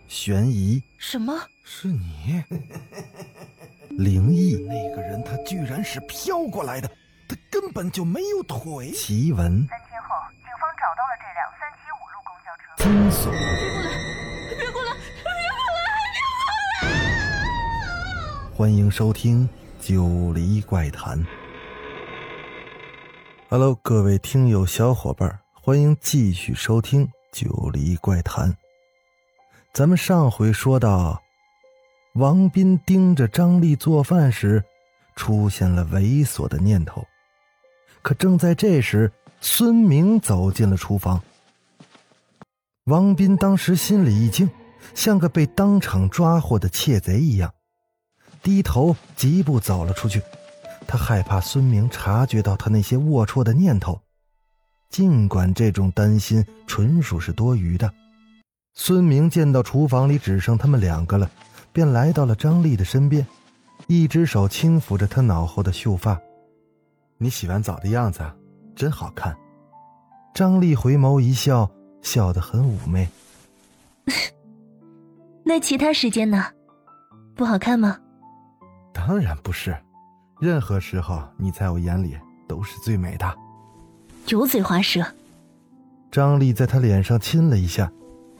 悬疑， 什么？ 是你？ 灵异， 那个人他居然是飘过来的，他根本就没有腿。 奇闻，3 天后，警方找到了这辆375路公交车。 惊悚， 别过来！别过来！ 欢迎收听九黎怪谈。Hello， 各位听友小伙伴，欢迎继续收听九黎怪谈。咱们上回说到，王斌盯着张丽做饭时，出现了猥琐的念头。可正在这时，孙明走进了厨房。王斌当时心里一惊，像个被当场抓获的窃贼一样，低头疾步走了出去。他害怕孙明察觉到他那些龌龊的念头，尽管这种担心纯属是多余的。孙明见到厨房里只剩他们两个了，便来到了张丽的身边，一只手轻抚着她脑后的秀发。你洗完澡的样子真好看。张丽回眸一笑，笑得很妩媚。 那其他时间呢？不好看吗？ 当然不是，任何时候你在我眼里都是最美的。 油嘴滑舌。 张丽在他脸上亲了一下。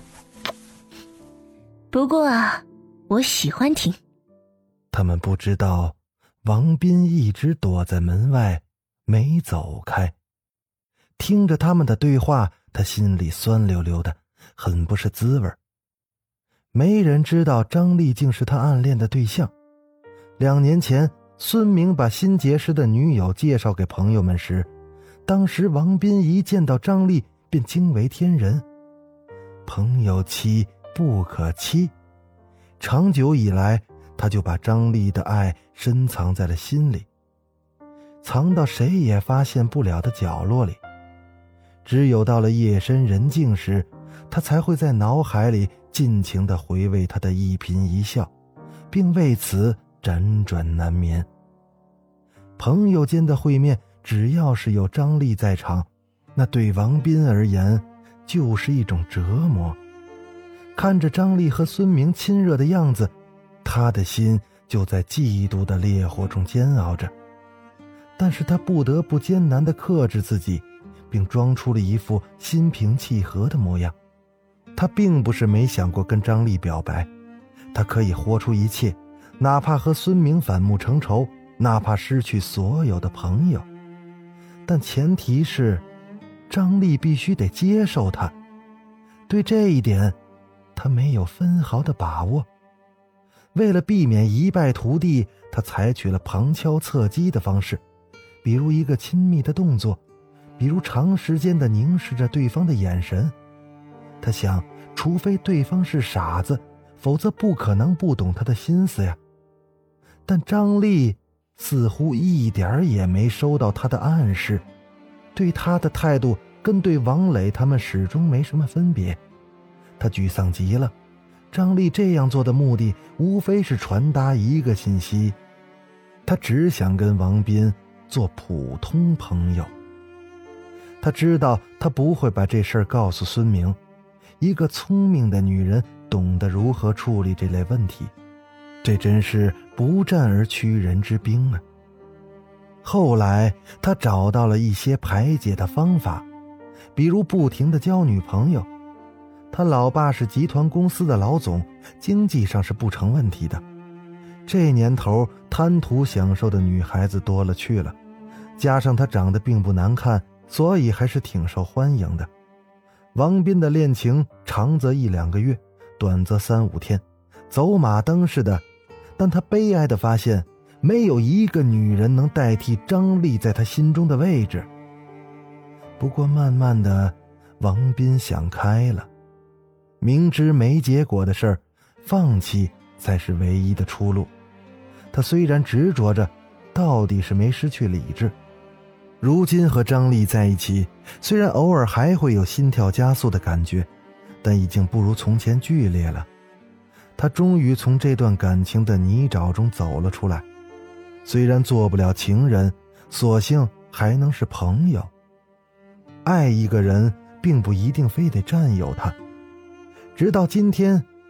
不过我喜欢听。 他们不知道，王斌一直躲在门外没走开。听着他们的对话，他心里酸溜溜的，很不是滋味。没人知道张丽竟是他暗恋的对象。2年前，孙明把新结识的女友介绍给朋友们时，当时王斌一见到张丽便惊为天人。朋友妻不可欺，长久以来，他就把张丽的爱深藏在了心里，藏到谁也发现不了的角落里。只有到了夜深人静时，他才会在脑海里尽情地回味他的一颦一笑，并为此辗转难眠。朋友间的会面，只要是有张丽在场，那对王斌而言就是一种折磨。看着张丽和孙明亲热的样子，他的心就在嫉妒的烈火中煎熬着。但是他不得不艰难地克制自己，并装出了一副心平气和的模样。他并不是没想过跟张丽表白，他可以豁出一切，哪怕和孙明反目成仇，哪怕失去所有的朋友，但前提是张丽必须得接受他。对这一点，他没有分毫的把握。为了避免一败涂地，他采取了旁敲侧击的方式，比如一个亲密的动作，比如长时间地凝视着对方的眼神。他想，除非对方是傻子，否则不可能不懂他的心思呀。但张丽似乎一点也没收到他的暗示，对他的态度跟对王磊他们始终没什么分别。他沮丧极了，张丽这样做的目的无非是传达一个信息，他只想跟王斌做普通朋友。他知道他不会把这事儿告诉孙明，一个聪明的女人懂得如何处理这类问题，这真是不战而屈人之兵啊。后来他找到了一些排解的方法，比如不停地交女朋友。他老爸是集团公司的老总，经济上是不成问题的。这年头贪图享受的女孩子多了去了，加上他长得并不难看，所以还是挺受欢迎的。王斌的恋情长则1-2个月，短则3-5天，走马灯似的。但他悲哀地发现，没有一个女人能代替张丽在他心中的位置。不过慢慢的，王斌想开了，明知没结果的事儿，放弃才是唯一的出路。他虽然执着着，到底是没失去理智。如今和张丽在一起，虽然偶尔还会有心跳加速的感觉，但已经不如从前剧烈了。他终于从这段感情的泥沼中走了出来，虽然做不了情人，索性还能是朋友。爱一个人并不一定非得占有他。直到今天，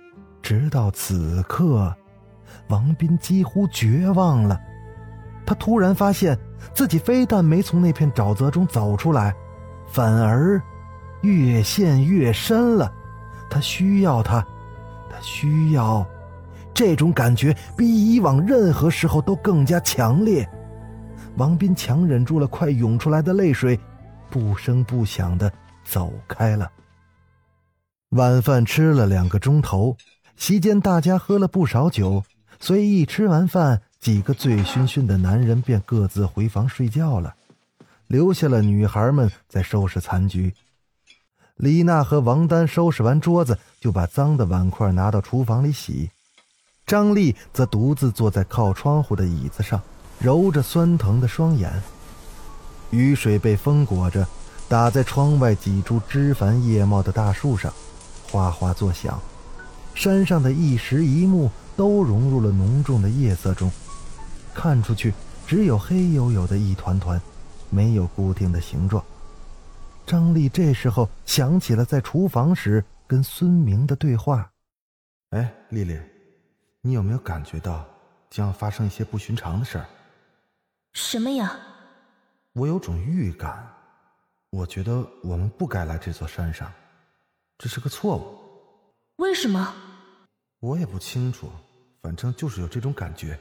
直到此刻，王斌几乎绝望了。他突然发现自己非但没从那片沼泽中走出来，反而越陷越深了。他需要这种感觉比以往任何时候都更加强烈。王斌强忍住了快涌出来的泪水，不声不响地走开了。晚饭吃了2个钟头，席间大家喝了不少酒，所以一吃完饭，几个醉醺醺的男人便各自回房睡觉了，留下了女孩们在收拾残局。李娜和王丹收拾完桌子，就把脏的碗筷拿到厨房里洗。张丽则独自坐在靠窗户的椅子上，揉着酸疼的双眼。雨水被风裹着，打在窗外几株枝繁叶茂的大树上，哗哗作响。山上的一石一木都融入了浓重的夜色中，看出去只有黑黝黝的一团团，没有固定的形状。张丽这时候想起了在厨房时跟孙明的对话。 哎，丽丽，你有没有感觉到将要发生一些不寻常的事儿？ 什么呀？ 我有种预感，我觉得我们不该来这座山上，这是个错误。 为什么？ 我也不清楚，反正就是有这种感觉。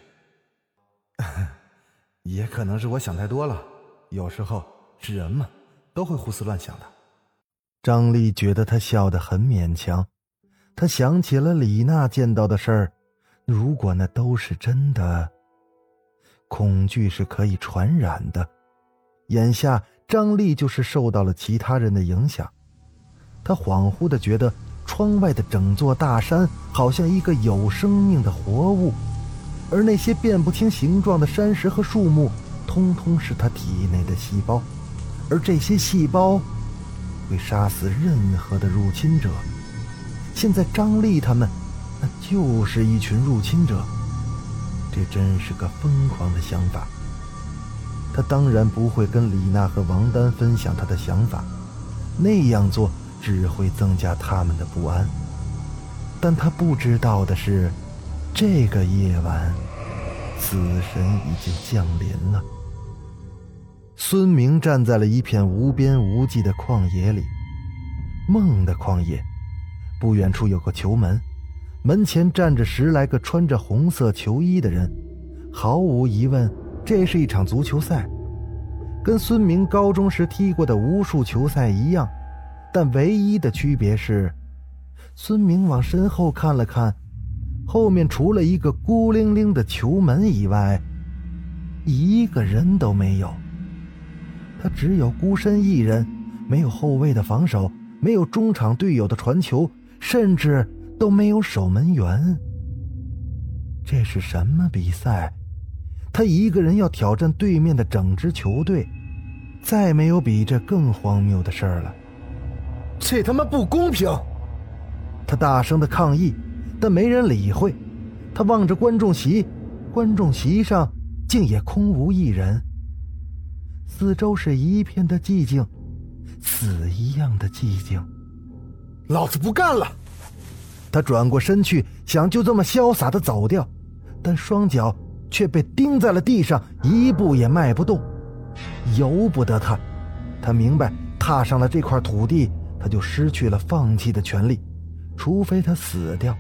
也可能是我想太多了，有时候人嘛都会胡思乱想的。 张丽觉得他笑得很勉强，他想起了李娜见到的事儿，如果那都是真的，恐惧是可以传染的。眼下张丽就是受到了其他人的影响。他恍惚地觉得窗外的整座大山好像一个有生命的活物，而那些辨不清形状的山石和树木通通是他体内的细胞，而这些细胞会杀死任何的入侵者。现在张丽他们那就是一群入侵者，这真是个疯狂的想法。他当然不会跟李娜和王丹分享他的想法，那样做只会增加他们的不安。但他不知道的是，这个夜晚死神已经降临了。孙明站在了一片无边无际的旷野里，梦的旷野。不远处有个球门，门前站着10来个穿着红色球衣的人，毫无疑问，这是一场足球赛，跟孙明高中时踢过的无数球赛一样，但唯一的区别是，孙明往身后看了看，后面除了一个孤零零的球门以外，一个人都没有。他只有孤身一人，没有后卫的防守，没有中场队友的传球，甚至都没有守门员。这是什么比赛？他一个人要挑战对面的整支球队，再没有比这更荒谬的事儿了。 这他妈不公平！ 他大声的抗议，但没人理会。他望着观众席，观众席上竟也空无一人，四周是一片的寂静，死一样的寂静。 老子不干了！ 他转过身去，想就这么潇洒地走掉，但双脚却被钉在了地上，一步也迈不动。由不得他，他明白，踏上了这块土地，他就失去了放弃的权利，除非他死掉。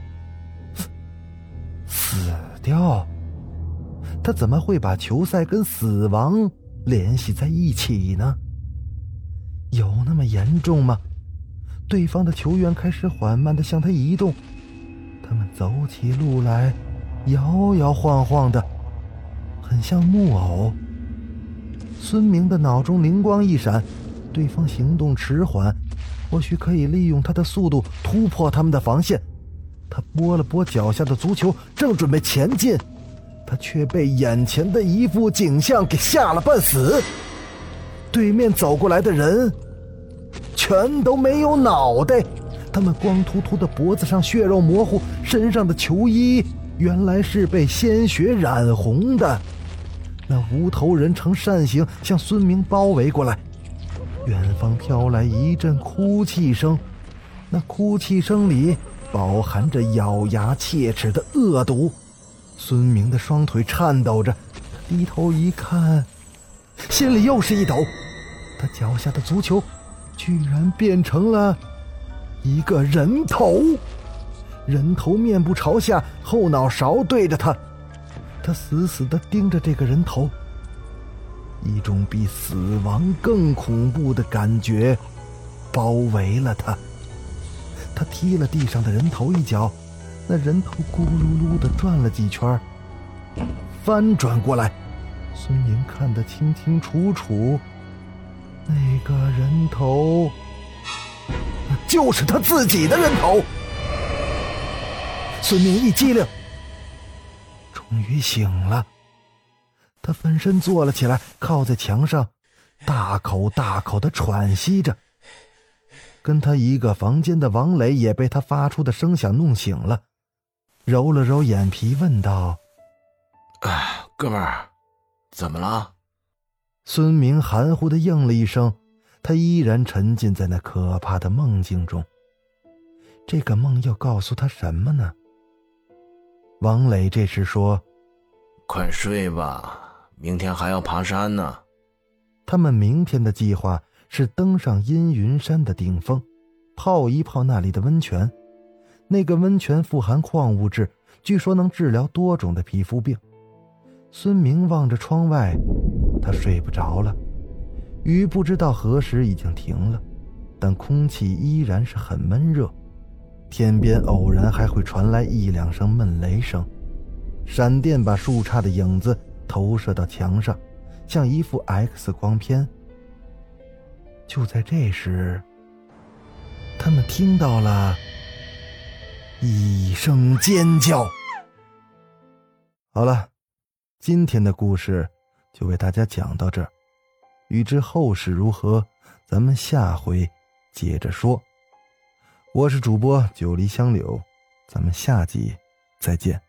死掉？他怎么会把球赛跟死亡联系在一起呢？有那么严重吗？对方的球员开始缓慢地向他移动，他们走起路来摇摇晃晃的，很像木偶。孙明的脑中灵光一闪，对方行动迟缓，或许可以利用他的速度突破他们的防线。他拨了拨脚下的足球，正准备前进，他却被眼前的一副景象给吓了半死。对面走过来的人全都没有脑袋，他们光秃秃的脖子上血肉模糊，身上的球衣原来是被鲜血染红的。那无头人呈扇形向孙明包围过来，远方飘来一阵哭泣声，那哭泣声里饱含着咬牙切齿的恶毒。孙明的双腿颤抖着，低头一看，心里又是一抖，他脚下的足球居然变成了一个人头。人头面部朝下，后脑勺对着他，他死死地盯着这个人头。一种比死亡更恐怖的感觉包围了他。他踢了地上的人头一脚，那人头咕噜噜地转了几圈，翻转过来，孙明看得清清楚楚，那个人头就是他自己的人头。孙明一激灵，终于醒了。他翻身坐了起来，靠在墙上，大口大口地喘息着。跟他一个房间的王磊也被他发出的声响弄醒了，揉了揉眼皮问道： 哥们儿，怎么了？ 孙明含糊地应了一声，他依然沉浸在那可怕的梦境中。这个梦要告诉他什么呢？王磊这时说： 快睡吧，明天还要爬山呢。 他们明天的计划是登上阴云山的顶峰，泡一泡那里的温泉。那个温泉富含矿物质，据说能治疗多种的皮肤病。孙明望着窗外，他睡不着了。雨不知道何时已经停了，但空气依然是很闷热。天边偶然还会传来一两声闷雷声，闪电把树杈的影子投射到墙上，像一幅 X 光片。就在这时，他们听到了一声尖叫。好了，今天的故事就为大家讲到这儿，欲知后事如何，咱们下回接着说。我是主播九黎香柳，咱们下集再见。